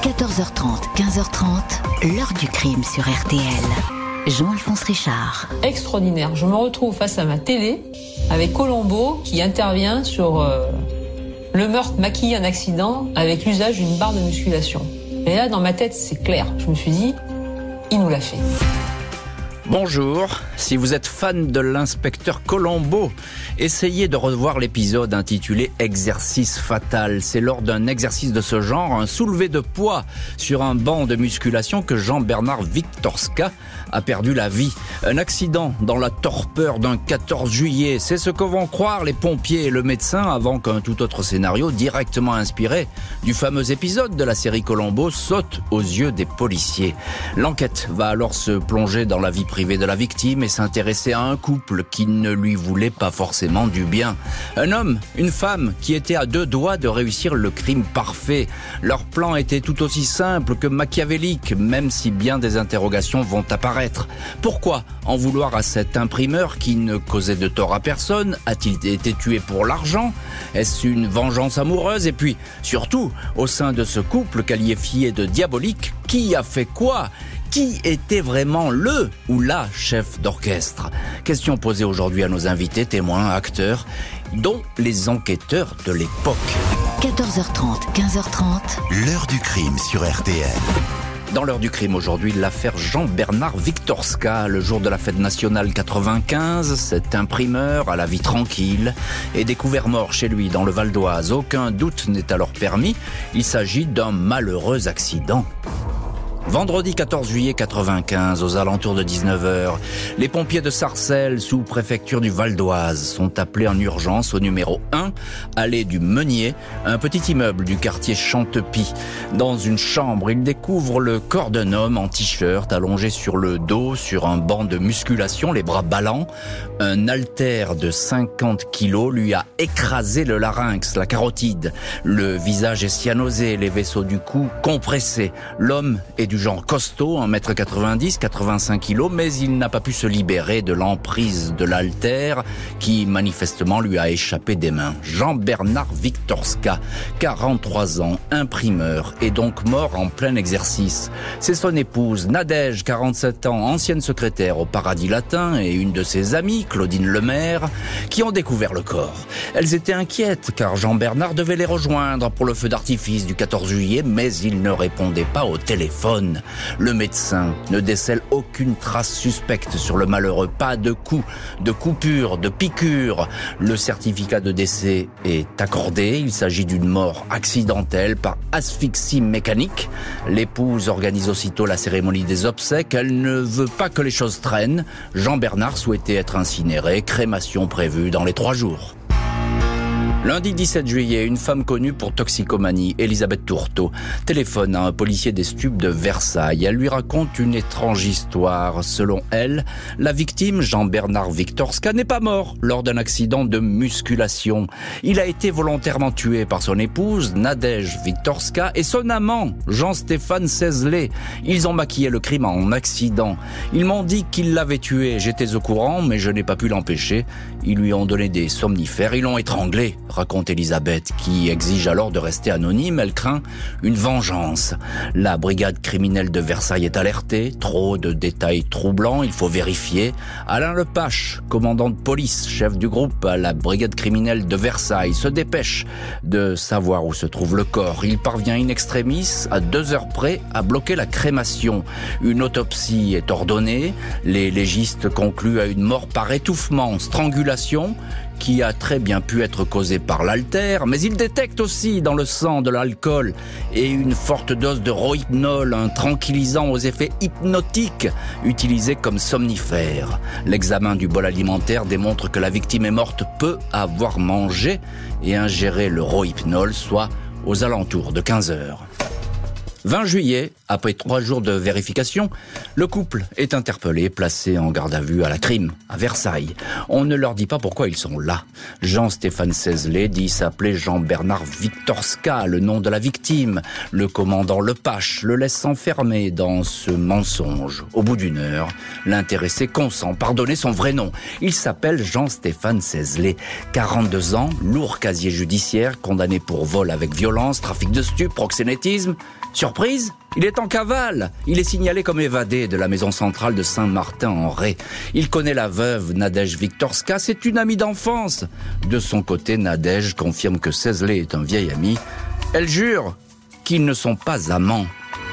14h30, 15h30, l'heure du crime sur RTL. Jean-Alphonse Richard. Extraordinaire. Je me retrouve face à ma télé avec Colombo qui intervient sur le meurtre maquillé en accident avec l'usage d'une barre de musculation. Et là, dans ma tête, c'est clair. Je me suis dit, il nous l'a fait. Bonjour, si vous êtes fan de l'inspecteur Colombo, essayez de revoir l'épisode intitulé « Exercice fatal ». C'est lors d'un exercice de ce genre, un soulevé de poids sur un banc de musculation que Jean-Bernard Victorska a perdu la vie. Un accident dans la torpeur d'un 14 juillet, c'est ce que vont croire les pompiers et le médecin avant qu'un tout autre scénario directement inspiré du fameux épisode de la série Colombo saute aux yeux des policiers. L'enquête va alors se plonger dans la vie privée de la victime et s'intéresser à un couple qui ne lui voulait pas forcément du bien. Un homme, une femme qui étaient à deux doigts de réussir le crime parfait. Leur plan était tout aussi simple que machiavélique, même si bien des interrogations vont apparaître. Pourquoi en vouloir à cet imprimeur qui ne causait de tort à personne? A-t-il été tué pour l'argent? Est-ce une vengeance amoureuse? Et puis, surtout, au sein de ce couple qualifié de diabolique, qui a fait quoi? Qui était vraiment le ou la chef d'orchestre? Question posée aujourd'hui à nos invités, témoins, acteurs, dont les enquêteurs de l'époque. 14h30, 15h30. L'heure du crime sur RTL. Dans l'heure du crime aujourd'hui, l'affaire Jean-Bernard Victorska, le jour de la fête nationale 95, cet imprimeur à la vie tranquille est découvert mort chez lui dans le Val d'Oise. Aucun doute n'est alors permis, il s'agit d'un malheureux accident. Vendredi 14 juillet 95, aux alentours de 19h, les pompiers de Sarcelles, sous-préfecture du Val d'Oise, sont appelés en urgence au numéro 1, allée du Meunier, un petit immeuble du quartier Chantepie. Dans une chambre, ils découvrent le corps d'un homme en t-shirt, allongé sur le dos, sur un banc de musculation, les bras ballants. Un haltère de 50 kilos lui a écrasé le larynx, la carotide. Le visage est cyanosé, les vaisseaux du cou compressés. L'homme est du genre costaud, 1m90, 85 kg, mais il n'a pas pu se libérer de l'emprise de l'haltère qui manifestement lui a échappé des mains. Jean-Bernard Victorska, 43 ans, imprimeur, est donc mort en plein exercice. C'est son épouse, Nadège, 47 ans, ancienne secrétaire au Paradis Latin, et une de ses amies, Claudine Lemaire, qui ont découvert le corps. Elles étaient inquiètes car Jean-Bernard devait les rejoindre pour le feu d'artifice du 14 juillet, mais il ne répondait pas au téléphone. Le médecin ne décèle aucune trace suspecte sur le malheureux. Pas de coups, de coupures, de piqûres. Le certificat de décès est accordé. Il s'agit d'une mort accidentelle par asphyxie mécanique. L'épouse organise aussitôt la cérémonie des obsèques. Elle ne veut pas que les choses traînent. Jean-Bernard souhaitait être incinéré. Crémation prévue dans les 3 jours. Lundi 17 juillet, une femme connue pour toxicomanie, Elisabeth Tourteau, téléphone à un policier des stupes de Versailles. Elle lui raconte une étrange histoire. Selon elle, la victime, Jean-Bernard Victorska, n'est pas mort lors d'un accident de musculation. Il a été volontairement tué par son épouse, Nadège Victorska, et son amant, Jean-Stéphane Cézelet. Ils ont maquillé le crime en accident. Ils m'ont dit qu'ils l'avaient tué. J'étais au courant, mais je n'ai pas pu l'empêcher. Ils lui ont donné des somnifères. Ils l'ont étranglé, raconte Elisabeth, qui exige alors de rester anonyme. Elle craint une vengeance. La brigade criminelle de Versailles est alertée. Trop de détails troublants, il faut vérifier. Alain Lepache, commandant de police, chef du groupe à la brigade criminelle de Versailles, se dépêche de savoir où se trouve le corps. Il parvient in extremis, à 2 heures près, à bloquer la crémation. Une autopsie est ordonnée. Les légistes concluent à une mort par étouffement, strangulation, qui a très bien pu être causée par l'haltère, mais il détecte aussi dans le sang de l'alcool et une forte dose de rohypnol, un tranquillisant aux effets hypnotiques utilisé comme somnifère. L'examen du bol alimentaire démontre que la victime est morte peu avoir mangé et ingéré le rohypnol, soit aux alentours de 15 heures. 20 juillet, après 3 jours de vérification, le couple est interpellé, placé en garde à vue à la crime, à Versailles. On ne leur dit pas pourquoi ils sont là. Jean-Stéphane Cézelet dit s'appeler Jean-Bernard Victorska, le nom de la victime. Le commandant Lepache le laisse s'enfermer dans ce mensonge. Au bout d'1 heure, l'intéressé consent par donner son vrai nom. Il s'appelle Jean-Stéphane Cézelet, 42 ans, lourd casier judiciaire, condamné pour vol avec violence, trafic de stupes, proxénétisme. Sur Surprise, il est en cavale. Il est signalé comme évadé de la maison centrale de Saint-Martin-en-Ré. Il connaît la veuve Nadège Viktorska, c'est une amie d'enfance. De son côté, Nadège confirme que Sesley est un vieil ami. Elle jure qu'ils ne sont pas amants.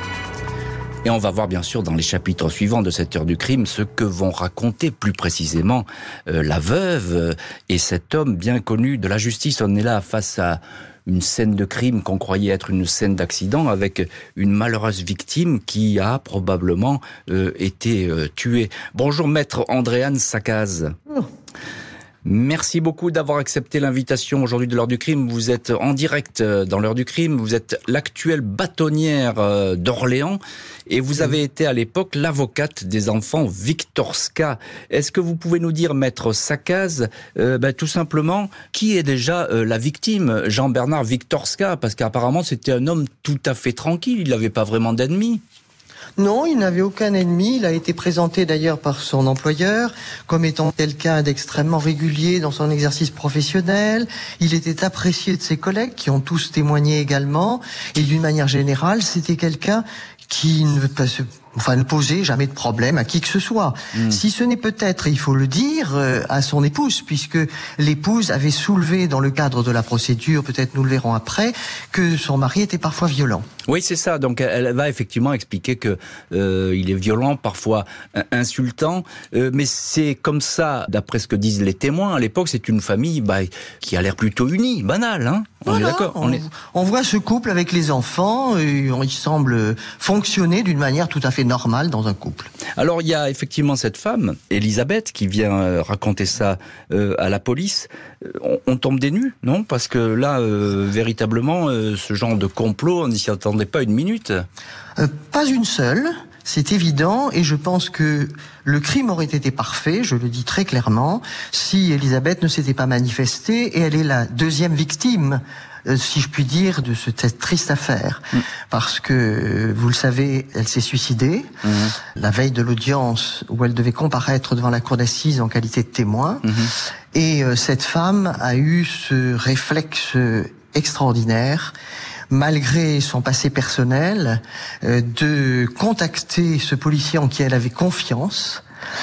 Et on va voir bien sûr dans les chapitres suivants de cette heure du crime ce que vont raconter plus précisément la veuve et cet homme bien connu de la justice. On est là face à une scène de crime qu'on croyait être une scène d'accident avec une malheureuse victime qui a probablement été tuée. Bonjour maître Andréane Sakaz. Merci beaucoup d'avoir accepté l'invitation aujourd'hui de l'heure du crime. Vous êtes en direct dans l'heure du crime. Vous êtes l'actuelle bâtonnière d'Orléans et vous avez été à l'époque l'avocate des enfants Viktorska. Est-ce que vous pouvez nous dire, maître Sakaz, tout simplement, qui est déjà la victime, Jean-Bernard Viktorska? Parce qu'apparemment c'était un homme tout à fait tranquille, il n'avait pas vraiment d'ennemis. Non, il n'avait aucun ennemi. Il a été présenté d'ailleurs par son employeur comme étant quelqu'un d'extrêmement régulier dans son exercice professionnel. Il était apprécié de ses collègues qui ont tous témoigné également. Et d'une manière générale, c'était quelqu'un qui ne posait jamais de problème à qui que ce soit. Si ce n'est peut-être, il faut le dire, à son épouse, puisque l'épouse avait soulevé dans le cadre de la procédure, peut-être nous le verrons après, que son mari était parfois violent. Oui, c'est ça. Donc elle va effectivement expliquer que il est violent, parfois insultant, mais c'est comme ça, d'après ce que disent les témoins. À l'époque, c'est une famille qui a l'air plutôt unie, banale, hein. On est d'accord. On voit ce couple avec les enfants, il semble fonctionner d'une manière tout à fait normale dans un couple. Alors il y a effectivement cette femme, Elisabeth, qui vient raconter ça à la police. On tombe des nues, non? Parce que là, véritablement, ce genre de complot, on n'y s'y attendait pas une minute. Pas une seule. C'est évident, et je pense que le crime aurait été parfait, je le dis très clairement, si Elisabeth ne s'était pas manifestée, et elle est la deuxième victime, si je puis dire, de cette triste affaire. Parce que, vous le savez, elle s'est suicidée, la veille de l'audience où elle devait comparaître devant la cour d'assises en qualité de témoin, et cette femme a eu ce réflexe extraordinaire, malgré son passé personnel, de contacter ce policier en qui elle avait confiance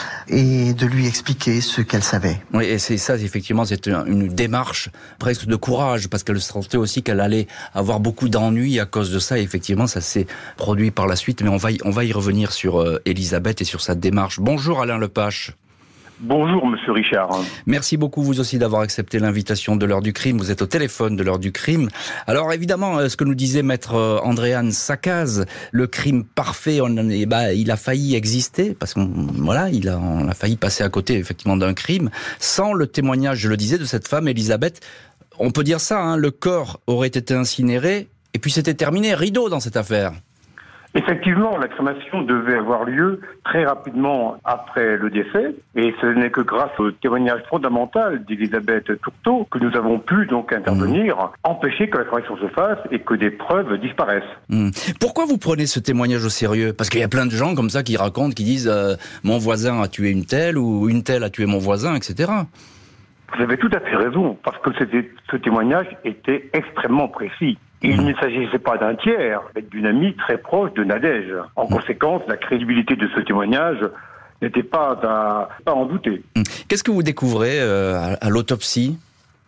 et de lui expliquer ce qu'elle savait. Oui, et c'est ça, effectivement, c'est une démarche presque de courage, parce qu'elle sentait aussi qu'elle allait avoir beaucoup d'ennuis à cause de ça, et effectivement, ça s'est produit par la suite, mais on va y revenir sur Elisabeth et sur sa démarche. Bonjour Alain Lepache. Bonjour Monsieur Richard. Merci beaucoup vous aussi d'avoir accepté l'invitation de l'heure du crime. Vous êtes au téléphone de l'heure du crime. Alors évidemment, ce que nous disait maître Andréane Sakaz, le crime parfait, il a failli exister parce qu'on on a failli passer à côté effectivement d'un crime sans le témoignage, je le disais, de cette femme Elisabeth. On peut dire ça, hein, le corps aurait été incinéré et puis c'était terminé, rideau dans cette affaire. Effectivement, la crémation devait avoir lieu très rapidement après le décès, et ce n'est que grâce au témoignage fondamental d'Elisabeth Tourteau que nous avons pu donc intervenir, empêcher que la crémation se fasse et que des preuves disparaissent. Pourquoi vous prenez ce témoignage au sérieux? Parce qu'il y a plein de gens comme ça qui racontent, qui disent mon voisin a tué une telle ou une telle a tué mon voisin, etc. Vous avez tout à fait raison, parce que ce témoignage était extrêmement précis. Il ne s'agissait pas d'un tiers, mais d'une amie très proche de Nadège. En conséquence, la crédibilité de ce témoignage n'était pas à en douter. Qu'est-ce que vous découvrez à l'autopsie?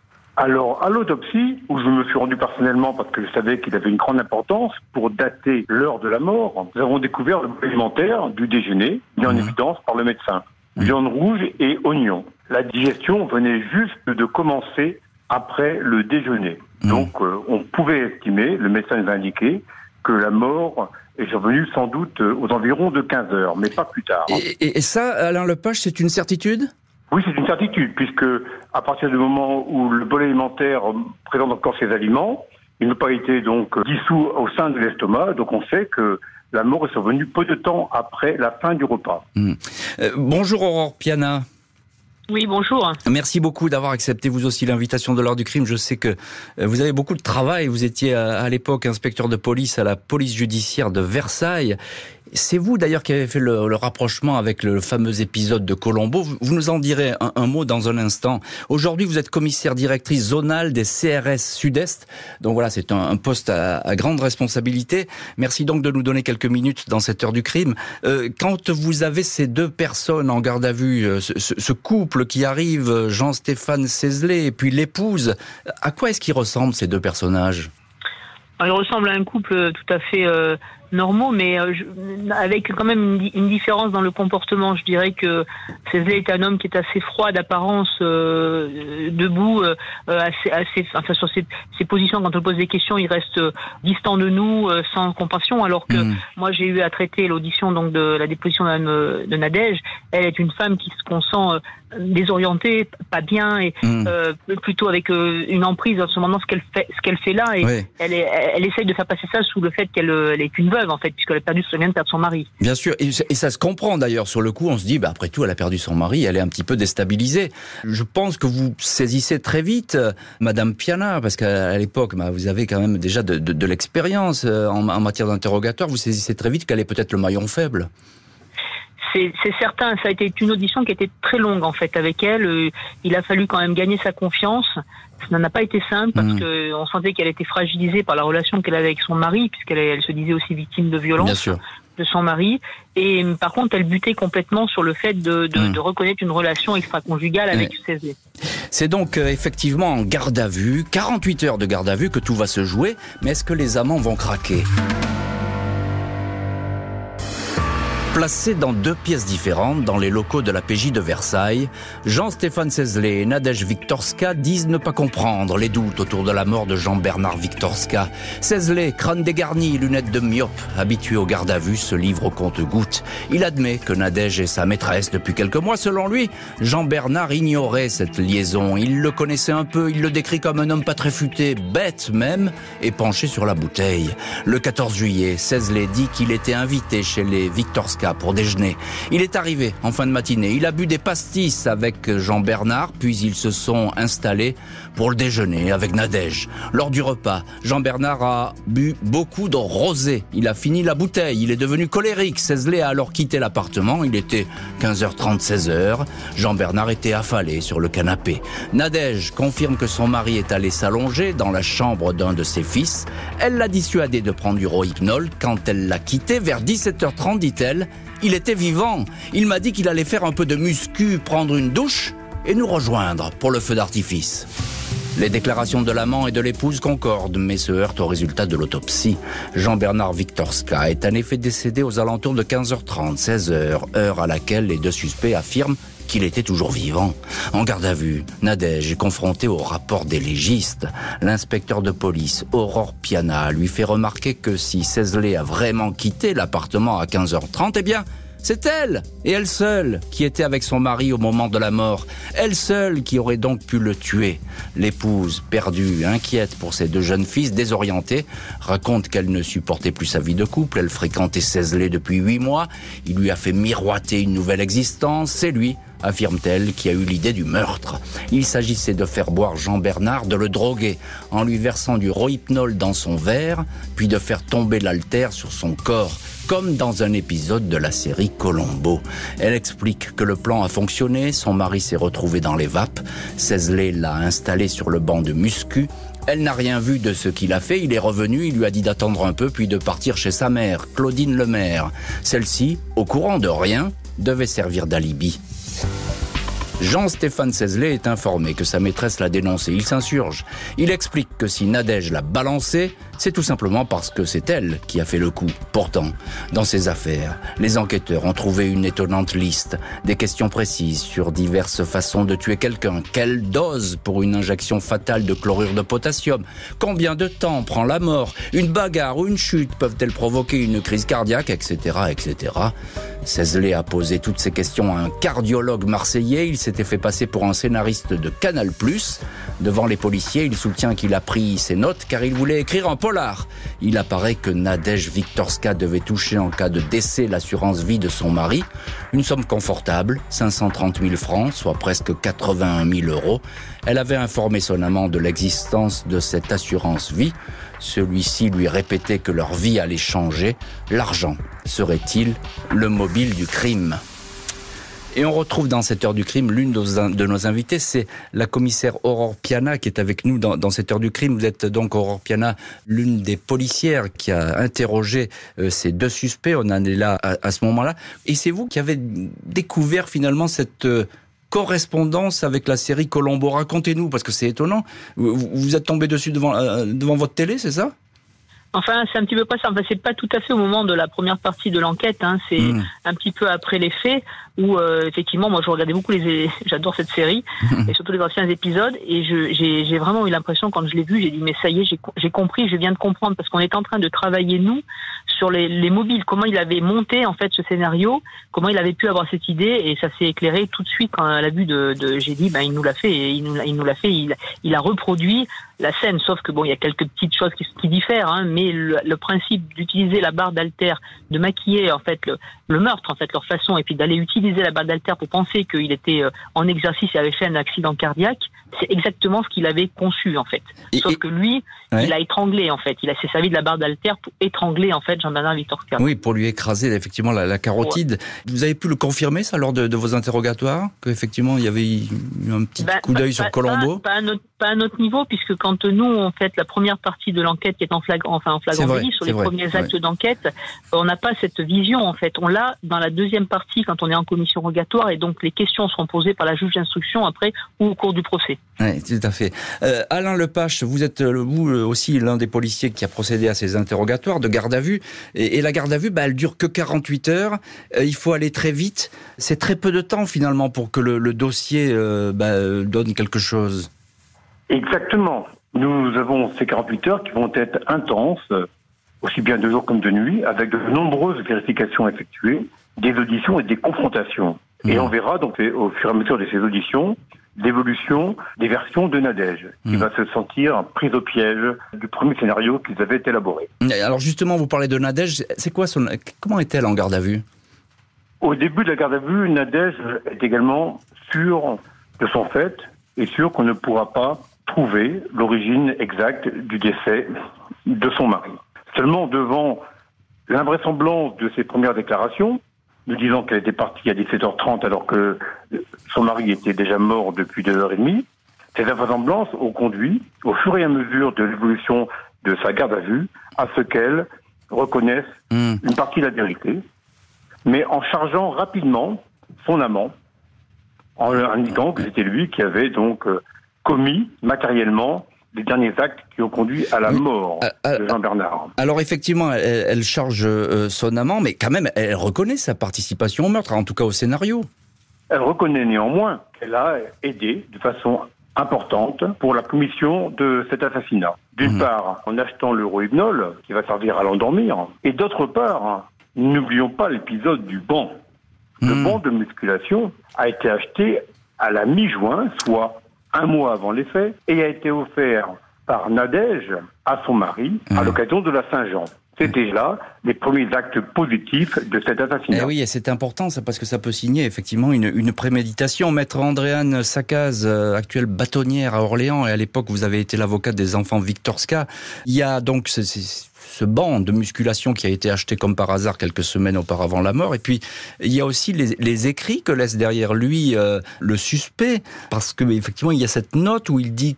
Alors, à l'autopsie, où je me suis rendu personnellement parce que je savais qu'il avait une grande importance pour dater l'heure de la mort, nous avons découvert le plat alimentaire du déjeuner, mis en évidence par le médecin. Viande rouge et oignons. La digestion venait juste de commencer après le déjeuner. Donc, on pouvait estimer, le médecin nous a indiqué, que la mort est survenue sans doute aux environs de 15 heures, mais pas plus tard. Et ça, Alain Lepache, c'est une certitude? Oui, c'est une certitude, puisque à partir du moment où le bol alimentaire présente encore ses aliments, il n'a pas été donc dissous au sein de l'estomac, donc on sait que la mort est survenue peu de temps après la fin du repas. Bonjour Aurore Piana. Oui, bonjour. Merci beaucoup d'avoir accepté vous aussi l'invitation de l'heure du crime. Je sais que vous avez beaucoup de travail. Vous étiez à l'époque inspecteur de police à la police judiciaire de Versailles. C'est vous d'ailleurs qui avez fait le rapprochement avec le fameux épisode de Colombo. Vous nous en direz un mot dans un instant. Aujourd'hui, vous êtes commissaire directrice zonale des CRS Sud-Est. Donc voilà, c'est un poste à grande responsabilité. Merci donc de nous donner quelques minutes dans cette heure du crime. Quand vous avez ces deux personnes en garde à vue, ce couple qui arrive, Jean-Stéphane Sesley et puis l'épouse, à quoi est-ce qu'ils ressemblent ces deux personnages ? Alors, ils ressemblent à un couple tout à fait normaux, mais avec quand même une différence dans le comportement. Je dirais que Sesley est un homme qui est assez froid d'apparence, debout, enfin sur ses positions quand on pose des questions, il reste distant de nous, sans compassion. Alors que moi, j'ai eu à traiter l'audition donc de la déposition de Nadège. Elle est une femme qu'on sent désorientée, pas bien, et plutôt avec une emprise en ce moment, ce qu'elle fait là, et oui. Elle essaye de faire passer ça sous le fait qu'elle est une veuve, en fait, puisqu'elle vient de perdre son mari. Bien sûr, et ça se comprend d'ailleurs. Sur le coup, on se dit, après tout, elle a perdu son mari, elle est un petit peu déstabilisée. Je pense que vous saisissez très vite, Madame Piana, parce qu'à l'époque, vous avez quand même déjà de l'expérience en matière d'interrogatoire, vous saisissez très vite qu'elle est peut-être le maillon faible. C'est certain, ça a été une audition qui a été très longue en fait avec elle. Il a fallu quand même gagner sa confiance. Ça n'a pas été simple parce que on sentait qu'elle était fragilisée par la relation qu'elle avait avec son mari, puisqu'elle se disait aussi victime de violence de son mari. Et par contre, elle butait complètement sur le fait de reconnaître une relation extra-conjugale avec Sesley. C'est donc effectivement en garde à vue, 48 heures de garde à vue que tout va se jouer. Mais est-ce que les amants vont craquer ? Placés dans deux pièces différentes, dans les locaux de la PJ de Versailles, Jean-Stéphane Sesley et Nadège Viktorska disent ne pas comprendre les doutes autour de la mort de Jean-Bernard Viktorska. Sesley, crâne dégarni, lunettes de myope, habitué au garde à vue, se livre au compte-gouttes. Il admet que Nadège est sa maîtresse depuis quelques mois. Selon lui, Jean-Bernard ignorait cette liaison. Il le connaissait un peu, il le décrit comme un homme pas très futé, bête même, et penché sur la bouteille. Le 14 juillet, Sesley dit qu'il était invité chez les Viktorska pour déjeuner. Il est arrivé en fin de matinée. Il a bu des pastis avec Jean-Bernard, puis ils se sont installés pour le déjeuner avec Nadège. Lors du repas, Jean-Bernard a bu beaucoup de rosé. Il a fini la bouteille. Il est devenu colérique. Sesley a alors quitté l'appartement. Il était 15h30, 16h. Jean-Bernard était affalé sur le canapé. Nadège confirme que son mari est allé s'allonger dans la chambre d'un de ses fils. Elle l'a dissuadé de prendre du Rohypnol. Quand elle l'a quitté, vers 17h30, dit-elle, il était vivant. Il m'a dit qu'il allait faire un peu de muscu, prendre une douche et nous rejoindre pour le feu d'artifice. Les déclarations de l'amant et de l'épouse concordent, mais se heurtent au résultat de l'autopsie. Jean-Bernard Viktorska est en effet décédé aux alentours de 15h30, 16h, heure à laquelle les deux suspects affirment qu'il était toujours vivant. En garde à vue, Nadège est confronté au rapport des légistes. L'inspecteur de police, Aurore Piana, lui fait remarquer que si Sesley a vraiment quitté l'appartement à 15h30, eh bien, c'est elle, et elle seule, qui était avec son mari au moment de la mort. Elle seule qui aurait donc pu le tuer. L'épouse, perdue, inquiète pour ses deux jeunes fils, désorientée, raconte qu'elle ne supportait plus sa vie de couple. Elle fréquentait Sesley depuis 8 mois. Il lui a fait miroiter une nouvelle existence. C'est lui, affirme-t-elle, qui a eu l'idée du meurtre. Il s'agissait de faire boire Jean-Bernard, de le droguer, en lui versant du Rohypnol dans son verre, puis de faire tomber l'haltère sur son corps, comme dans un épisode de la série Colombo. Elle explique que le plan a fonctionné, son mari s'est retrouvé dans les vapes, Sesley l'a installé sur le banc de muscu. Elle n'a rien vu de ce qu'il a fait, il est revenu, il lui a dit d'attendre un peu, puis de partir chez sa mère, Claudine Lemaire. Celle-ci, au courant de rien, devait servir d'alibi. Jean-Stéphane Sesley est informé que sa maîtresse l'a dénoncé. Il s'insurge. Il explique que si Nadège l'a balancé, c'est tout simplement parce que c'est elle qui a fait le coup. Pourtant, dans ces affaires, les enquêteurs ont trouvé une étonnante liste. Des questions précises sur diverses façons de tuer quelqu'un. Quelle dose pour une injection fatale de chlorure de potassium? Combien de temps prend la mort? Une bagarre ou une chute peuvent-elles provoquer une crise cardiaque, etc., etc. Sesley a posé toutes ces questions à un cardiologue marseillais. Il s'était fait passer pour un scénariste de Canal+. Devant les policiers, il soutient qu'il a pris ses notes car il voulait écrire un polar. polar. Il apparaît que Nadège Viktorska devait toucher en cas de décès l'assurance vie de son mari. Une somme confortable, 530 000 francs, soit presque 81 000 euros. Elle avait informé son amant de l'existence de cette assurance vie. Celui-ci lui répétait que leur vie allait changer. L'argent serait-il le mobile du crime ? Et on retrouve dans cette heure du crime l'une de nos invités, c'est la commissaire Aurore Piana qui est avec nous dans cette heure du crime. Vous êtes donc, Aurore Piana, l'une des policières qui a interrogé ces deux suspects. On en est là à ce moment-là. Et c'est vous qui avez découvert finalement cette correspondance avec la série Colombo. Racontez-nous, parce que c'est étonnant. Vous êtes tombé dessus devant votre télé, c'est ça ? Enfin, c'est un petit peu pas ça. Enfin, c'est pas tout à fait au moment de la première partie de l'enquête. C'est un petit peu après les faits où, effectivement, moi, je regardais beaucoup j'adore cette série et surtout les anciens épisodes. Et j'ai vraiment eu l'impression, quand je l'ai vu, j'ai dit mais ça y est, j'ai compris, je viens de comprendre, parce qu'on est en train de travailler nous sur les mobiles, comment il avait monté en fait ce scénario, comment il avait pu avoir cette idée, et ça s'est éclairé tout de suite quand à la vue j'ai dit il nous l'a fait, et il nous l'a fait, il a reproduit la scène, sauf que bon, il y a quelques petites choses qui diffèrent, mais le principe d'utiliser la barre d'haltère, de maquiller en fait le meurtre, en fait leur façon, et puis d'aller utiliser la barre d'haltère pour penser qu'il était en exercice et avait fait un accident cardiaque, c'est exactement ce qu'il avait conçu en fait. Sauf que lui, il a étranglé en fait, il s'est servi de la barre d'haltère pour étrangler en fait Jean-Bernard Viktorska. Oui, pour lui écraser effectivement la carotide. Ouais. Vous avez pu le confirmer ça lors de vos interrogatoires, qu'effectivement il y avait eu un petit coup d'œil sur Colombo? Pas à notre niveau, puisque quand nous on fait la première partie de l'enquête qui est en flagrant délit sur les premiers actes d'enquête, on n'a pas cette vision en fait. On l'a dans la deuxième partie quand on est en commission rogatoire, et donc les questions seront posées par la juge d'instruction après ou au cours du procès. Oui, tout à fait. Alain Lepache, vous êtes vous aussi l'un des policiers qui a procédé à ces interrogatoires de garde à vue, et la garde à vue, elle dure que 48 heures. Il faut aller très vite. C'est très peu de temps finalement pour que le dossier donne quelque chose. Exactement. Nous avons ces 48 heures qui vont être intenses, aussi bien de jour comme de nuit, avec de nombreuses vérifications effectuées, des auditions et des confrontations. Et on verra donc au fur et à mesure de ces auditions l'évolution des versions de Nadège, qui va se sentir prise au piège du premier scénario qu'ils avaient élaboré. Alors justement, vous parlez de Nadège, comment est-elle en garde à vue? Au début de la garde à vue, Nadège est également sûre de son fait et sûre qu'on ne pourra pas trouver l'origine exacte du décès de son mari. Seulement devant l'invraisemblance de ses premières déclarations, nous disant qu'elle était partie à 17h30 alors que son mari était déjà mort depuis 2h30, ces invraisemblances ont conduit, au fur et à mesure de l'évolution de sa garde à vue, à ce qu'elle reconnaisse une partie de la vérité, mais en chargeant rapidement son amant, en indiquant que c'était lui qui avait donc commis matériellement les derniers actes qui ont conduit à la mort de Jean-Bernard. Alors effectivement, elle charge son amant, mais quand même, elle reconnaît sa participation au meurtre, en tout cas au scénario. Elle reconnaît néanmoins qu'elle a aidé de façon importante pour la commission de cet assassinat. D'une part, en achetant le Rohypnol, qui va servir à l'endormir, et d'autre part, n'oublions pas l'épisode du banc. Le banc de musculation a été acheté à la mi-juin, soit un mois avant les faits, et a été offert par Nadège à son mari à l'occasion de la Saint-Jean. C'était là les premiers actes positifs de cet assassinat. Et oui, et c'est important ça, parce que ça peut signer effectivement une préméditation. Maître Andréane Saccaz, actuelle bâtonnière à Orléans, et à l'époque vous avez été l'avocate des enfants Viktorska. Il y a donc ce banc de musculation qui a été acheté comme par hasard quelques semaines auparavant la mort. Et puis, il y a aussi les écrits que laisse derrière lui le suspect, parce que effectivement, il y a cette note où il dit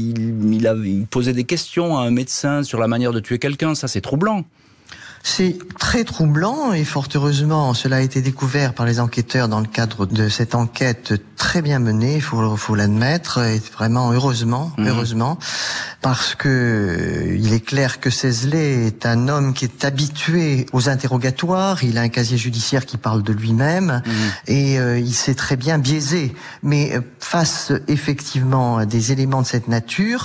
qu'il posait des questions à un médecin sur la manière de tuer quelqu'un. Ça, c'est troublant. C'est très troublant, et fort heureusement, cela a été découvert par les enquêteurs dans le cadre de cette enquête très bien menée, faut l'admettre, et vraiment heureusement, parce que il est clair que Sesley est un homme qui est habitué aux interrogatoires, il a un casier judiciaire qui parle de lui-même, et il s'est très bien biaisé. Mais face effectivement à des éléments de cette nature,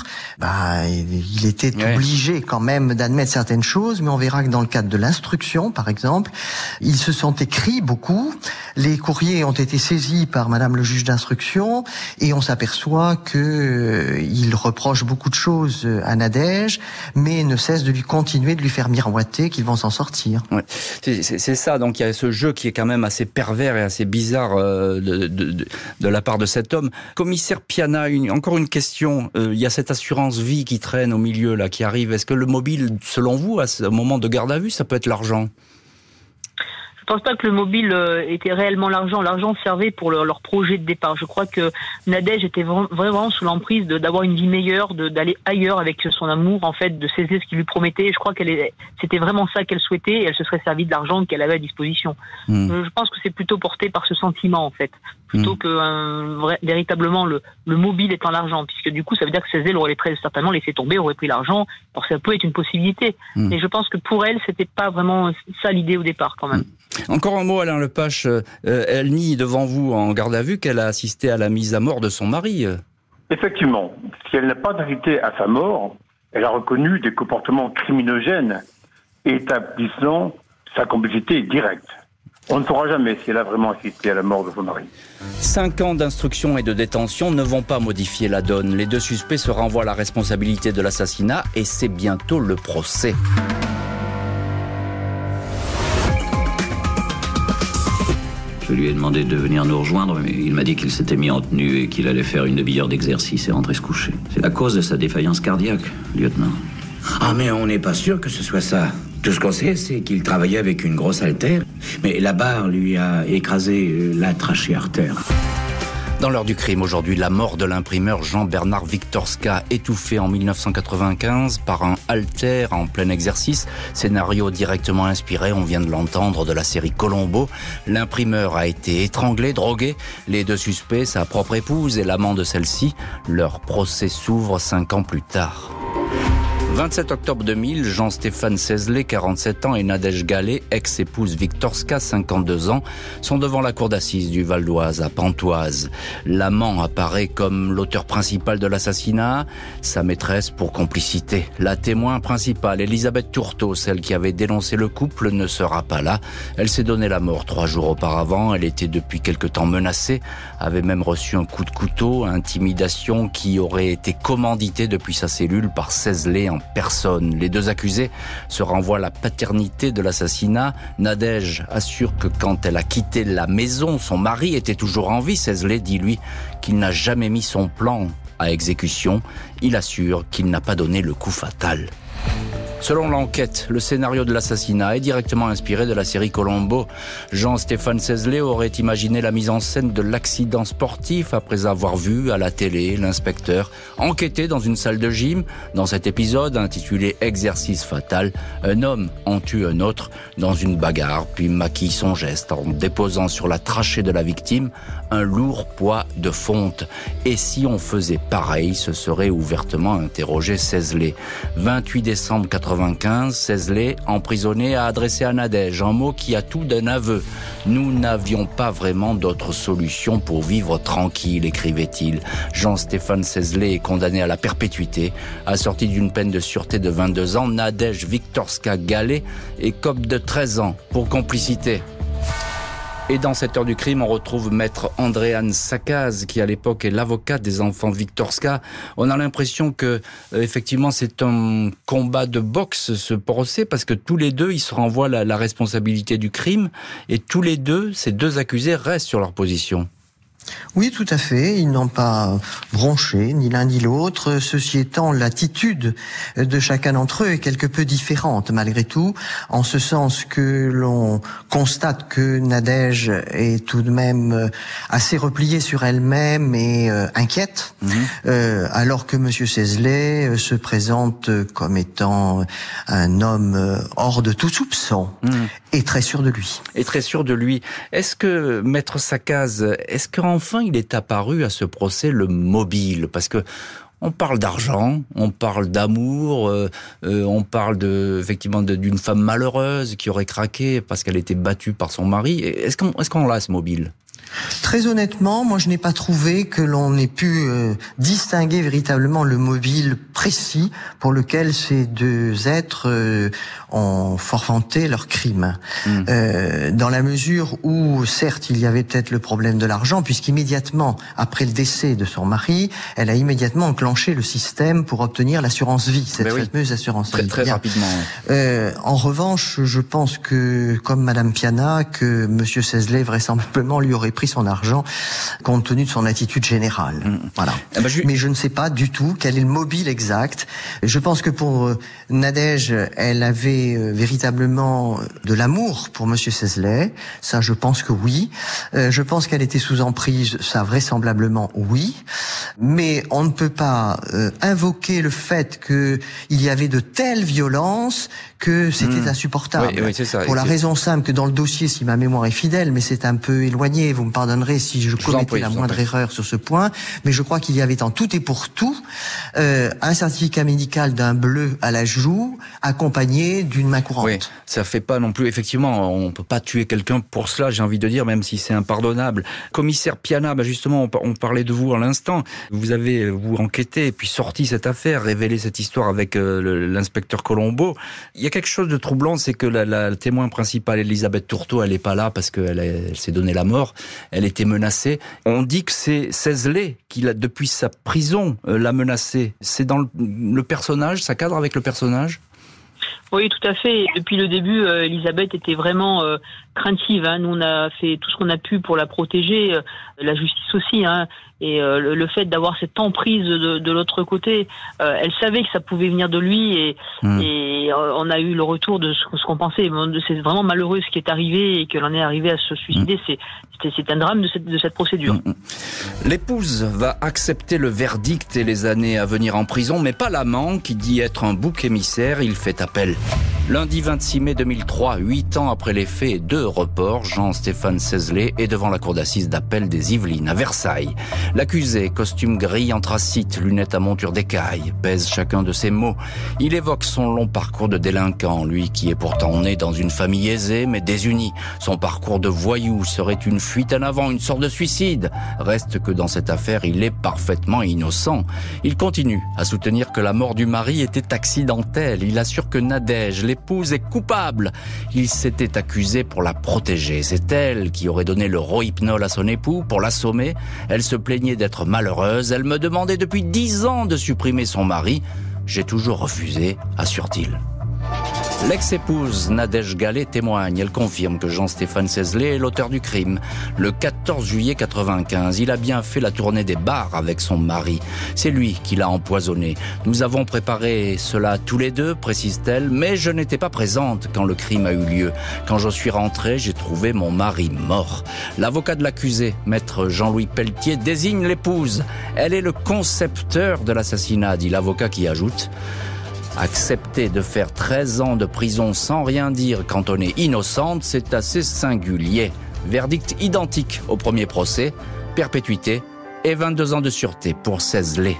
il était obligé quand même d'admettre certaines choses, mais on verra que dans le cadre de l'instruction, par exemple, ils se sont écrits beaucoup. Les courriers ont été saisis par Madame le juge d'instruction et on s'aperçoit que il reproche beaucoup de choses à Nadège, mais ne cesse de lui continuer de lui faire miroiter qu'ils vont s'en sortir. Ouais. C'est ça, donc il y a ce jeu qui est quand même assez pervers et assez bizarre de la part de cet homme. Commissaire Piana, encore une question. Il y a cette assurance vie qui traîne au milieu, là, qui arrive. Est-ce que le mobile, selon vous, à ce moment de garde à vue, ça peut être l'argent ? Je pense pas que le mobile était réellement l'argent. L'argent servait pour leur projet de départ. Je crois que Nadège était vraiment sous l'emprise d'avoir une vie meilleure, d'aller ailleurs avec son amour, en fait, de saisir ce qu'il lui promettait. Je crois c'était vraiment ça qu'elle souhaitait et elle se serait servie de l'argent qu'elle avait à disposition. Je pense que c'est plutôt porté par ce sentiment, en fait, plutôt que véritablement le mobile étant l'argent, puisque du coup, ça veut dire que Cézanne aurait très certainement laissé tomber, aurait pris l'argent. Alors ça peut être une possibilité, mais je pense que pour elle, c'était pas vraiment ça l'idée au départ, quand même. Encore un mot, Alain Lepache. Elle nie devant vous en garde à vue qu'elle a assisté à la mise à mort de son mari. Effectivement, si elle n'a pas d'invité à sa mort, elle a reconnu des comportements criminogènes établissant sa complicité directe. On ne saura jamais si elle a vraiment assisté à la mort de son mari. 5 ans d'instruction et de détention ne vont pas modifier la donne. Les 2 suspects se renvoient à la responsabilité de l'assassinat et c'est bientôt le procès. Je lui ai demandé de venir nous rejoindre, mais il m'a dit qu'il s'était mis en tenue et qu'il allait faire une demi-heure d'exercice et rentrer se coucher. C'est la cause de sa défaillance cardiaque, lieutenant. Ah, mais on n'est pas sûr que ce soit ça. Tout ce qu'on sait, c'est qu'il travaillait avec une grosse haltère, mais la barre lui a écrasé la trachée artère. Dans l'heure du crime, aujourd'hui, la mort de l'imprimeur Jean-Bernard Victorska, étouffé en 1995 par un haltère en plein exercice. Scénario directement inspiré, on vient de l'entendre, de la série Colombo. L'imprimeur a été étranglé, drogué. Les 2 suspects, sa propre épouse et l'amant de celle-ci, leur procès s'ouvre 5 ans plus tard. 27 octobre 2000, Jean-Stéphane Cézanne, 47 ans, et Nadège Gallet, ex-épouse Victorska, 52 ans, sont devant la cour d'assises du Val d'Oise, à Pontoise. L'amant apparaît comme l'auteur principal de l'assassinat, sa maîtresse pour complicité. La témoin principale, Elisabeth Tourteau, celle qui avait dénoncé le couple, ne sera pas là. Elle s'est donné la mort 3 jours auparavant. Elle était depuis quelque temps menacée, avait même reçu un coup de couteau, intimidation qui aurait été commanditée depuis sa cellule par Cézanne en personne. Les 2 accusés se renvoient à la paternité de l'assassinat. Nadège assure que quand elle a quitté la maison, son mari était toujours en vie. Cézanne dit, lui, qu'il n'a jamais mis son plan à exécution. Il assure qu'il n'a pas donné le coup fatal. Selon l'enquête, le scénario de l'assassinat est directement inspiré de la série Colombo. Jean-Stéphane Cézanne aurait imaginé la mise en scène de l'accident sportif après avoir vu à la télé l'inspecteur enquêter dans une salle de gym. Dans cet épisode intitulé « Exercice fatal », un homme en tue un autre dans une bagarre, puis maquille son geste en déposant sur la trachée de la victime un lourd poids de fonte. Et si on faisait pareil, se serait ouvertement interrogé Cézanne. 28 décembre 1995, Cézanne, emprisonné, a adressé à Nadège un mot qui a tout d'un aveu. « Nous n'avions pas vraiment d'autre solution pour vivre tranquille », écrivait-il. Jean-Stéphane Cézanne est condamné à la perpétuité, assorti d'une peine de sûreté de 22 ans. Nadège Victorska Gallet écope de 13 ans pour complicité. Et dans cette heure du crime, on retrouve maître Andréane Sakaz, qui à l'époque est l'avocat des enfants Victorska. On a l'impression que, effectivement, c'est un combat de boxe, ce procès, parce que tous les 2, ils se renvoient la responsabilité du crime, et tous les 2, ces 2 accusés restent sur leur position. Oui, tout à fait. Ils n'ont pas bronché, ni l'un ni l'autre. Ceci étant, l'attitude de chacun d'entre eux est quelque peu différente, malgré tout, en ce sens que l'on constate que Nadège est tout de même assez repliée sur elle-même et inquiète, alors que Monsieur Cézanne se présente comme étant un homme hors de tout soupçon et très sûr de lui. Et très sûr de lui. Est-ce que, maître Sakaz, est-ce qu'enfin il est apparu à ce procès le mobile? Parce que on parle d'argent, on parle d'amour, on parle effectivement d'une femme malheureuse qui aurait craqué parce qu'elle était battue par son mari. Est-ce qu'on l'a, ce mobile? Très honnêtement, moi je n'ai pas trouvé que l'on ait pu distinguer véritablement le mobile précis pour lequel ces deux êtres ont forfanté leur crime. Dans la mesure où, certes, il y avait peut-être le problème de l'argent, puisqu'immédiatement après le décès de son mari, elle a immédiatement enclenché le système pour obtenir l'assurance vie, cette fameuse assurance vie. Très rapidement. En revanche, je pense que, comme Madame Piana, que Monsieur Sesley vraisemblablement lui aurait pris son argent compte tenu de son attitude générale. Voilà. Mais je ne sais pas du tout quel est le mobile exact. Je pense que pour Nadège, elle avait véritablement de l'amour pour Monsieur Sesley. Ça, je pense que oui. Je pense qu'elle était sous emprise. Ça, vraisemblablement oui. Mais on ne peut pas invoquer le fait qu'il y avait de telles violences que c'était insupportable. Oui, c'est ça. Pour la raison simple que dans le dossier, si ma mémoire est fidèle, mais c'est un peu éloigné, vous me pardonnerez si je commettais la moindre erreur sur ce point, mais je crois qu'il y avait en tout et pour tout un certificat médical d'un bleu à la joue accompagné d'une main courante. Oui, ça fait pas non plus, effectivement, on peut pas tuer quelqu'un pour cela, j'ai envie de dire, même si c'est impardonnable. Commissaire Piana, justement, on parlait de vous à l'instant, vous avez, vous enquêté et puis sorti cette affaire, révélé cette histoire avec l'inspecteur Colombo. Il y a quelque chose de troublant, c'est que la témoin principale, Elisabeth Tourteau, elle est pas là parce qu'elle s'est donné la mort, elle était menacée. On dit que c'est Sesley qui, depuis sa prison, l'a menacée. C'est dans le personnage, ça cadre avec le personnage ? Oui, tout à fait. Depuis le début, Elisabeth était vraiment craintive. Nous, on a fait tout ce qu'on a pu pour la protéger, la justice aussi. Et le fait d'avoir cette emprise de l'autre côté, elle savait que ça pouvait venir de lui. Et on a eu le retour de ce qu'on pensait. C'est vraiment malheureux ce qui est arrivé et qu'elle en est arrivée à se suicider. C'est un drame de cette procédure. L'épouse va accepter le verdict et les années à venir en prison, mais pas l'amant qui dit être un bouc émissaire. Il fait appel. Lundi 26 mai 2003, 8 ans après les faits et 2 reports, Jean-Stéphane Sesley est devant la cour d'assises d'appel des Yvelines, à Versailles. L'accusé, costume gris anthracite, lunettes à monture d'écaille, pèse chacun de ses mots. Il évoque son long parcours de délinquant, lui qui est pourtant né dans une famille aisée mais désunie. Son parcours de voyou serait une fuite en avant, une sorte de suicide. Reste que dans cette affaire, il est parfaitement innocent. Il continue à soutenir que la mort du mari était accidentelle. Il assure que Nadège, l'épouse, est coupable. Il s'était accusé pour la protéger. C'est elle qui aurait donné le rohypnol à son époux pour l'assommer. Elle se plaignait d'être malheureuse. Elle me demandait depuis 10 ans de supprimer son mari. J'ai toujours refusé, assure-t-il. L'ex-épouse Nadège Gallet témoigne. Elle confirme que Jean-Stéphane Sesley est l'auteur du crime. Le 14 juillet 95, il a bien fait la tournée des bars avec son mari. C'est lui qui l'a empoisonné. Nous avons préparé cela tous les deux, précise-t-elle, mais je n'étais pas présente quand le crime a eu lieu. Quand je suis rentrée, j'ai trouvé mon mari mort. L'avocat de l'accusé, maître Jean-Louis Pelletier, désigne l'épouse. Elle est le concepteur de l'assassinat, dit l'avocat qui ajoute: accepter de faire 13 ans de prison sans rien dire quand on est innocente, c'est assez singulier. Verdict identique au premier procès, perpétuité et 22 ans de sûreté pour Sesley.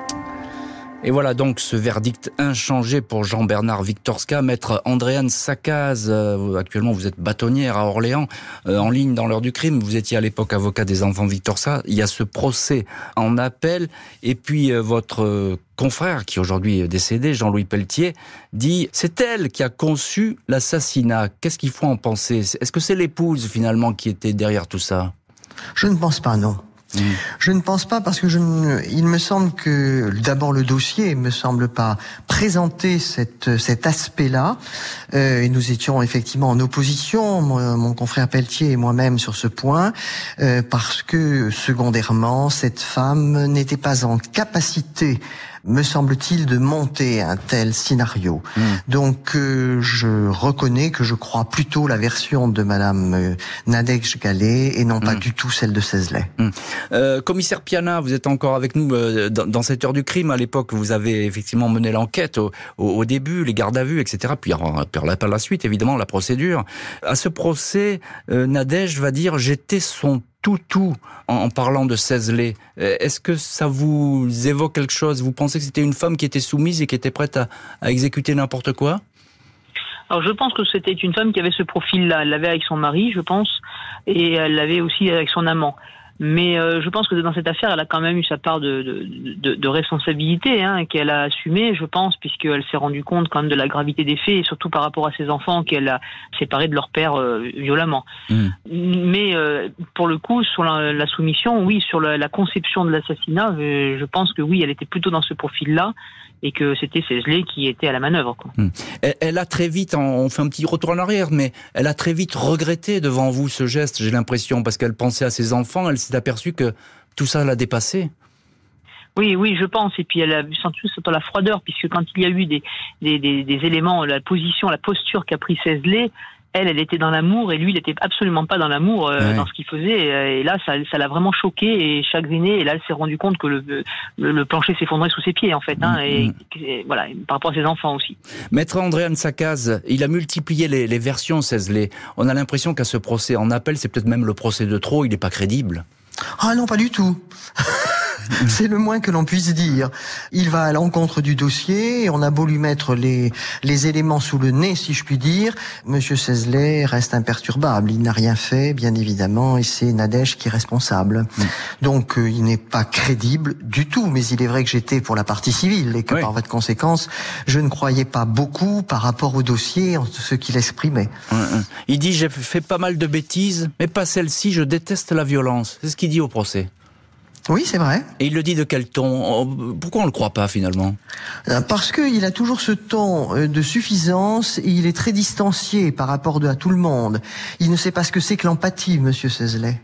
Et voilà donc ce verdict inchangé pour Jean-Bernard Victorska. Maître Andréane Saccaz, actuellement vous êtes bâtonnière à Orléans, en ligne dans l'heure du crime. Vous étiez à l'époque avocat des enfants Victorska. Il y a ce procès en appel. Et puis votre confrère, qui aujourd'hui est décédé, Jean-Louis Pelletier, dit c'est elle qui a conçu l'assassinat. Qu'est-ce qu'il faut en penser ? Est-ce que c'est l'épouse finalement qui était derrière tout ça ? Je ne pense pas, non. Je ne pense pas parce que il me semble que d'abord le dossier me semble pas présenter cet aspect-là. Et nous étions effectivement en opposition, mon confrère Pelletier et moi-même sur ce point, parce que secondairement cette femme n'était pas en capacité, me semble-t-il, de monter un tel scénario. Donc je reconnais que je crois plutôt la version de Madame Nadège Gallet et non pas du tout celle de Sesley. Commissaire Piana, vous êtes encore avec nous dans cette heure du crime. À l'époque, vous avez effectivement mené l'enquête au début, les gardes à vue, etc. Puis par la suite, évidemment, la procédure. À ce procès, Nadège va dire « j'étais son toutou » en parlant de Sesley. Est-ce que ça vous évoque quelque chose ? Vous pensez que c'était une femme qui était soumise et qui était prête à exécuter n'importe quoi ? Alors je pense que c'était une femme qui avait ce profil-là. Elle l'avait avec son mari, je pense, et elle l'avait aussi avec son amant. Mais je pense que dans cette affaire, elle a quand même eu sa part de responsabilité, qu'elle a assumée, je pense, puisqu'elle s'est rendue compte quand même de la gravité des faits, et surtout par rapport à ses enfants qu'elle a séparés de leur père violemment. Mais pour le coup, sur la soumission, oui, sur la conception de l'assassinat, je pense que oui, elle était plutôt dans ce profil-là, et que c'était Székely qui était à la manœuvre, quoi. Elle a très vite, on fait un petit retour en arrière, mais elle a très vite regretté devant vous ce geste, j'ai l'impression, parce qu'elle pensait à ses enfants, elle s'est aperçue que tout ça l'a dépassée. Oui, je pense. Et puis elle a senti la froideur, puisque quand il y a eu des éléments, la position, la posture qu'a pris Székely, elle était dans l'amour, et lui, il n'était absolument pas dans l'amour dans ce qu'il faisait. Et là, ça l'a vraiment choqué et chagriné. Et là, elle s'est rendue compte que le plancher s'effondrait sous ses pieds, en fait. Et voilà, par rapport à ses enfants aussi. Maître Andréane Saccaz, il a multiplié les versions, Székely. On a l'impression qu'à ce procès en appel, c'est peut-être même le procès de trop, il n'est pas crédible. Ah non, pas du tout. C'est le moins que l'on puisse dire. Il va à l'encontre du dossier, et on a beau lui mettre les éléments sous le nez, si je puis dire, Monsieur Székely reste imperturbable. Il n'a rien fait, bien évidemment, et c'est Nadège qui est responsable. Donc, il n'est pas crédible du tout, mais il est vrai que j'étais pour la partie civile, et que par voie de conséquence, je ne croyais pas beaucoup par rapport au dossier, en ce qu'il exprimait. Il dit, j'ai fait pas mal de bêtises, mais pas celle-ci, je déteste la violence. C'est ce qu'il dit au procès. Oui, c'est vrai. Et il le dit de quel ton? Pourquoi on le croit pas, finalement? Parce qu'il a toujours ce ton de suffisance, et il est très distancié par rapport à tout le monde. Il ne sait pas ce que c'est que l'empathie, Monsieur Székely.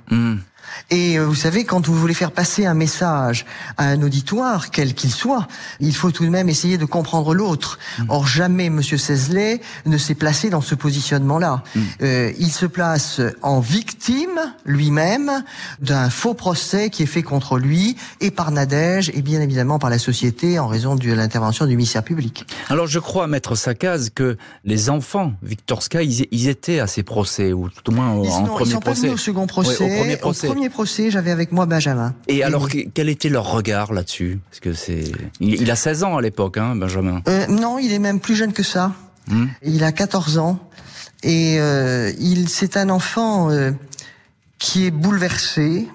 Et vous savez, quand vous voulez faire passer un message à un auditoire, quel qu'il soit, il faut tout de même essayer de comprendre l'autre. Or, jamais Monsieur Székely ne s'est placé dans ce positionnement-là. Il se place en victime, lui-même, d'un faux procès qui est fait contre lui, et par Nadège, et bien évidemment par la société, en raison de l'intervention du ministère public. Alors, je crois, Maître Saccaz, que les enfants Wiktorska, ils étaient à ces procès, ou tout au moins en premier procès. Ils sont pas venus au second procès. Au premier procès. Au premier procès, j'avais avec moi Benjamin. Et alors, quel était leur regard là-dessus? Parce que il a 16 ans à l'époque, Benjamin. Non, il est même plus jeune que ça. Il a 14 ans. Et c'est un enfant qui est bouleversé,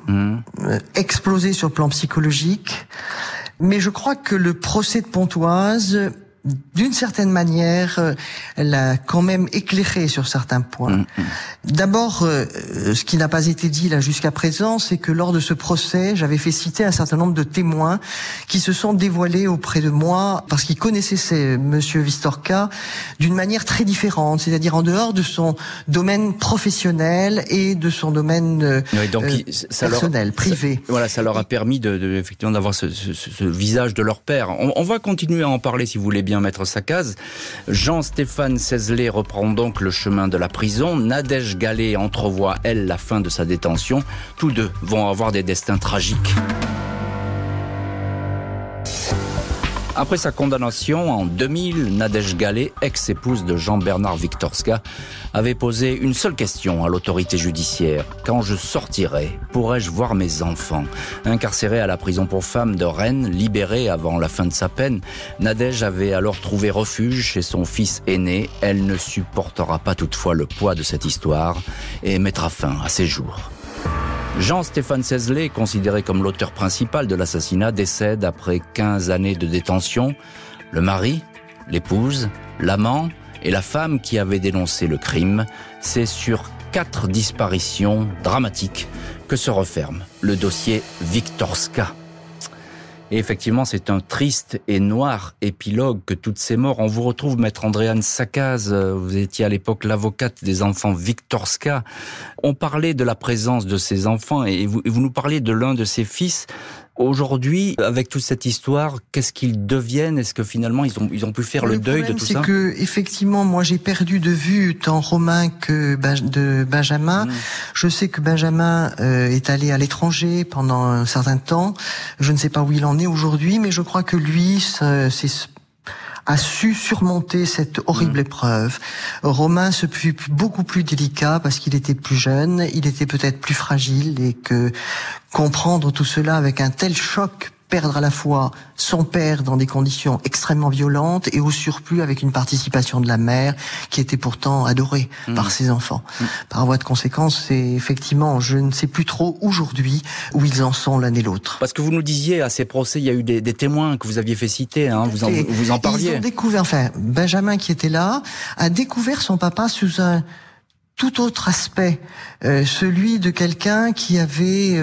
explosé sur le plan psychologique. Mais je crois que le procès de Pontoise, d'une certaine manière, l'a quand même éclairé sur certains points. D'abord, ce qui n'a pas été dit là jusqu'à présent, c'est que lors de ce procès, j'avais fait citer un certain nombre de témoins qui se sont dévoilés auprès de moi parce qu'ils connaissaient Monsieur Wiktorska d'une manière très différente, c'est-à-dire en dehors de son domaine professionnel et de son domaine personnel, privé. Ça leur a permis effectivement d'avoir ce visage de leur père. On va continuer à en parler si vous voulez bien, Maître Saccaz. Jean-Stéphane Székely reprend donc le chemin de la prison. Nadège Gallet entrevoit, elle, la fin de sa détention. Tous deux vont avoir des destins tragiques. Après sa condamnation en 2000, Nadège Gallet, ex-épouse de Jean-Bernard Wiktorska, avait posé une seule question à l'autorité judiciaire. Quand je sortirai, pourrai-je voir mes enfants? Incarcérée à la prison pour femmes de Rennes, libérée avant la fin de sa peine, Nadège avait alors trouvé refuge chez son fils aîné. Elle ne supportera pas toutefois le poids de cette histoire et mettra fin à ses jours. Jean-Stéphane Székely, considéré comme l'auteur principal de l'assassinat, décède après 15 années de détention. Le mari, l'épouse, l'amant et la femme qui avait dénoncé le crime, c'est sur 4 disparitions dramatiques que se referme le dossier Wiktorska. Et effectivement, c'est un triste et noir épilogue que toutes ces morts. On vous retrouve, Maître Andréane Saccaz. Vous étiez à l'époque l'avocate des enfants Wiktorska. On parlait de la présence de ces enfants et vous nous parliez de l'un de ses fils. Aujourd'hui, avec toute cette histoire, qu'est-ce qu'ils deviennent? Est-ce que finalement ils ont pu faire le deuil de tout ça? Le problème, c'est que effectivement, moi j'ai perdu de vue tant Romain que de Benjamin. Je sais que Benjamin est allé à l'étranger pendant un certain temps. Je ne sais pas où il en est aujourd'hui, mais je crois que lui, a su surmonter cette horrible épreuve. Romain, ce fut beaucoup plus délicat parce qu'il était plus jeune, il était peut-être plus fragile, et que comprendre tout cela avec un tel choc perdre à la fois son père dans des conditions extrêmement violentes et au surplus avec une participation de la mère qui était pourtant adorée par ses enfants. Par voie de conséquence, c'est effectivement, je ne sais plus trop aujourd'hui où ils en sont l'un et l'autre. Parce que vous nous disiez à ces procès, il y a eu des témoins que vous aviez fait citer, hein, vous en parliez. Ils ont découvert, Benjamin qui était là, a découvert son papa sous un tout autre aspect, celui de quelqu'un qui avait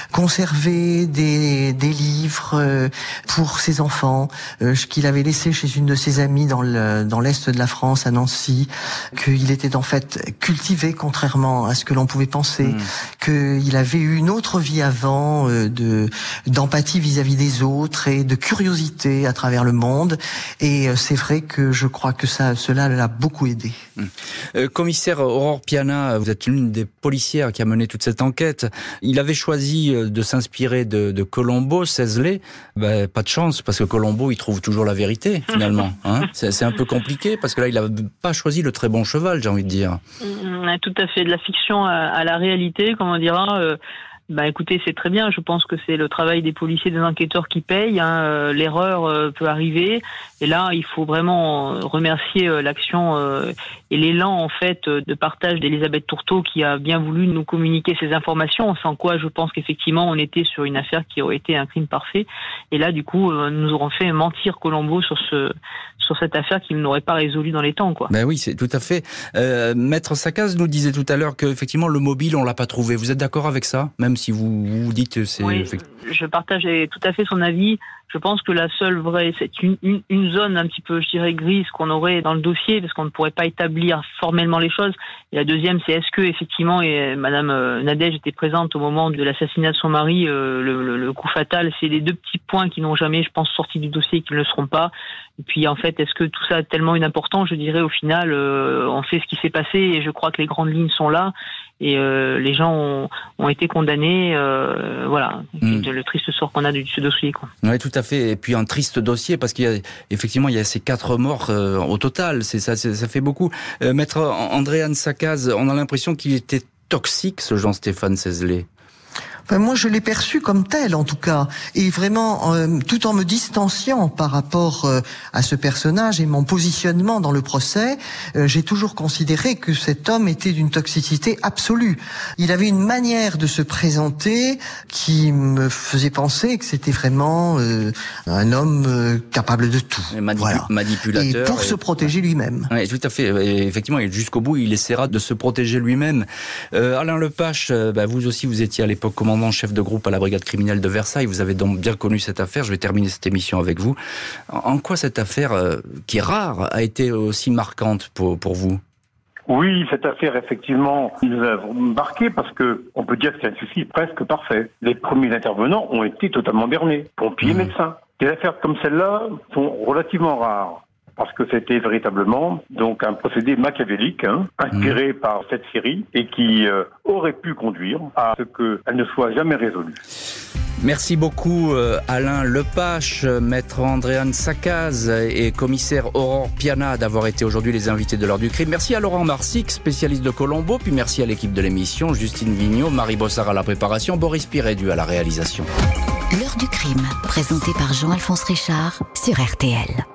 conservé des livres pour ses enfants, qu'il avait laissé chez une de ses amies dans l'est de la France, à Nancy, qu'il était en fait cultivé contrairement à ce que l'on pouvait penser, qu'il avait eu une autre vie avant, d'empathie vis-à-vis des autres et de curiosité à travers le monde. Et c'est vrai que je crois que cela l'a beaucoup aidé. Commissaire Aurore Piana, vous êtes l'une des policières qui a mené toute cette enquête. Il avait choisi de s'inspirer de Colombo, Sesley. Pas de chance, parce que Colombo, il trouve toujours la vérité, finalement. Hein, c'est un peu compliqué, parce que là, il n'a pas choisi le très bon cheval, j'ai envie de dire. Tout à fait, de la fiction à la réalité, comme on dira. Écoutez, c'est très bien. Je pense que c'est le travail des policiers, des enquêteurs qui paye. L'erreur peut arriver. Et là, il faut vraiment remercier l'action et l'élan, en fait, de partage d'Elisabeth Tourteau qui a bien voulu nous communiquer ces informations. Sans quoi, je pense qu'effectivement, on était sur une affaire qui aurait été un crime parfait. Et là, du coup, nous aurons fait mentir Colombo sur cette affaire qu'il n'aurait pas résolue dans les temps, quoi. Oui, c'est tout à fait. Maître Saccaz nous disait tout à l'heure qu'effectivement, le mobile, on l'a pas trouvé. Vous êtes d'accord avec ça? Même si vous dites que c'est... Oui, je partage tout à fait son avis. Je pense que la seule vraie, c'est une zone un petit peu, je dirais, grise qu'on aurait dans le dossier, parce qu'on ne pourrait pas établir formellement les choses. Et la deuxième, c'est est-ce que effectivement, et Madame Nadège était présente au moment de l'assassinat de son mari, le coup fatal. C'est les deux petits points qui n'ont jamais, je pense, sorti du dossier et qui ne le seront pas. Et puis en fait, est-ce que tout ça a tellement une importance? Je dirais au final, on sait ce qui s'est passé et je crois que les grandes lignes sont là. Et les gens ont été condamnés, voilà. Le triste sort qu'on a de ce dossier, quoi. Oui, tout à fait. Et puis un triste dossier parce qu'il y a ces 4 morts au total. Ça fait beaucoup. Maître Andréane Saccaz, on a l'impression qu'il était toxique, ce Jean-Stéphane Sesley. Moi, je l'ai perçu comme tel, en tout cas, et vraiment, tout en me distanciant par rapport à ce personnage et mon positionnement dans le procès, j'ai toujours considéré que cet homme était d'une toxicité absolue. Il avait une manière de se présenter qui me faisait penser que c'était vraiment un homme capable de tout. Manipulateur. Et pour se protéger lui-même. Oui, tout à fait. Et effectivement, jusqu'au bout, il essaiera de se protéger lui-même. Alain Lepache, vous aussi, vous étiez à l'époque commandant chef de groupe à la brigade criminelle de Versailles. Vous avez donc bien connu cette affaire. Je vais terminer cette émission avec vous. En quoi cette affaire, qui est rare, a été aussi marquante pour vous? Oui, cette affaire, effectivement, nous a marqué parce que on peut dire que c'est un suicide presque parfait. Les premiers intervenants ont été totalement bernés, pompiers, médecins. Des affaires comme celle-là sont relativement rares. Parce que c'était véritablement donc un procédé machiavélique, inspiré par cette série et qui aurait pu conduire à ce qu'elle ne soit jamais résolue. Merci beaucoup Alain Lepache, maître Andréane Saccaz et commissaire Aurore Piana d'avoir été aujourd'hui les invités de l'heure du crime. Merci à Laurent Marsic, spécialiste de Colombo, puis merci à l'équipe de l'émission, Justine Vignot, Marie Bossard à la préparation, Boris Pirédu à la réalisation. L'heure du crime, présenté par Jean-Alphonse Richard sur RTL.